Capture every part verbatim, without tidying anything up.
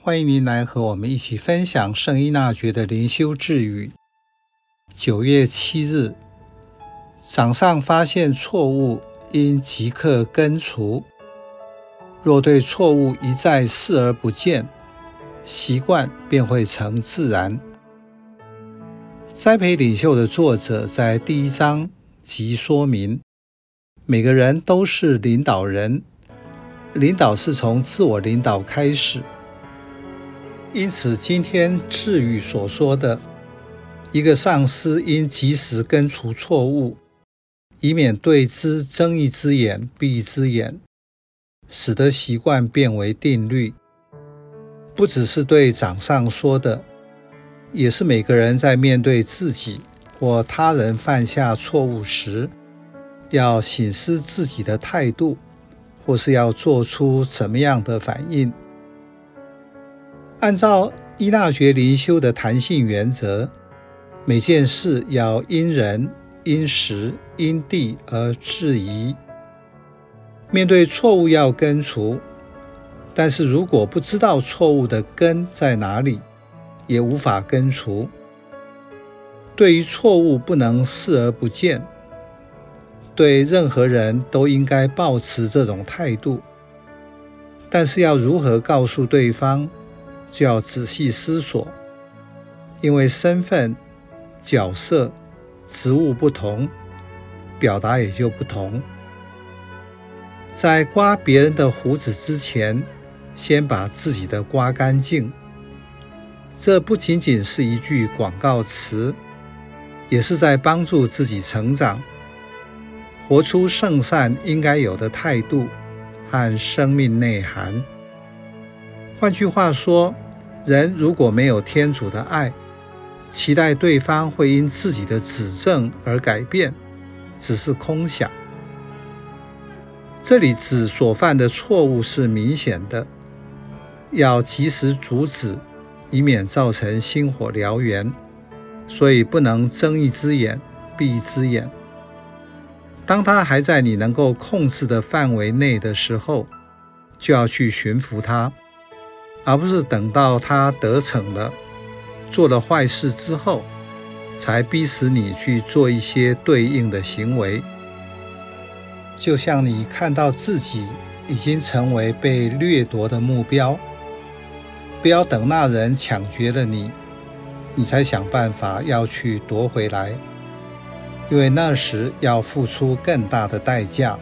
欢迎您来和我们一起分享圣依纳爵的灵修智语。九月七日，掌上发现错误，应即刻根除。若对错误一再视而不见，习惯便会成自然。栽培领袖的作者在第一章即说明，每个人都是领导人，领导是从自我领导开始。因此今天智语所说的，一个上司应及时根除错误，以免对之睁一只眼闭一只眼，使得习惯变为定律。不只是对长上说的，也是每个人在面对自己或他人犯下错误时，要省思自己的态度，或是要做出怎么样的反应。按照依纳爵灵修的弹性原则，每件事要因人、因时、因地而质疑。面对错误要根除，但是如果不知道错误的根在哪里，也无法根除。对于错误不能视而不见，对任何人都应该抱持这种态度。但是要如何告诉对方，就要仔细思索，因为身份、角色、职务不同，表达也就不同。在刮别人的胡子之前，先把自己的刮干净。这不仅仅是一句广告词，也是在帮助自己成长，活出圣善应该有的态度和生命内涵。换句话说，人如果没有天主的爱，期待对方会因自己的指正而改变，只是空想。这里指所犯的错误是明显的，要及时阻止，以免造成星火燎原，所以不能睁一只眼闭一只眼。当他还在你能够控制的范围内的时候，就要去驯服他，而不是等到他得逞了，做了坏事之后，才逼使你去做一些对应的行为。就像你看到自己已经成为被掠夺的目标，不要等那人抢劫了你，你才想办法要去夺回来，因为那时要付出更大的代价。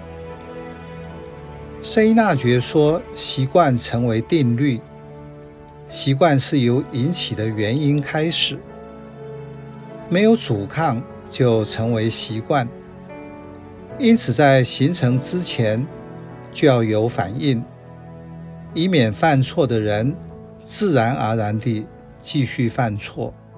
圣依纳爵说，习惯成为定律，习惯是由引起的原因开始，没有阻抗就成为习惯。因此在形成之前就要有反应，以免犯错的人自然而然地继续犯错。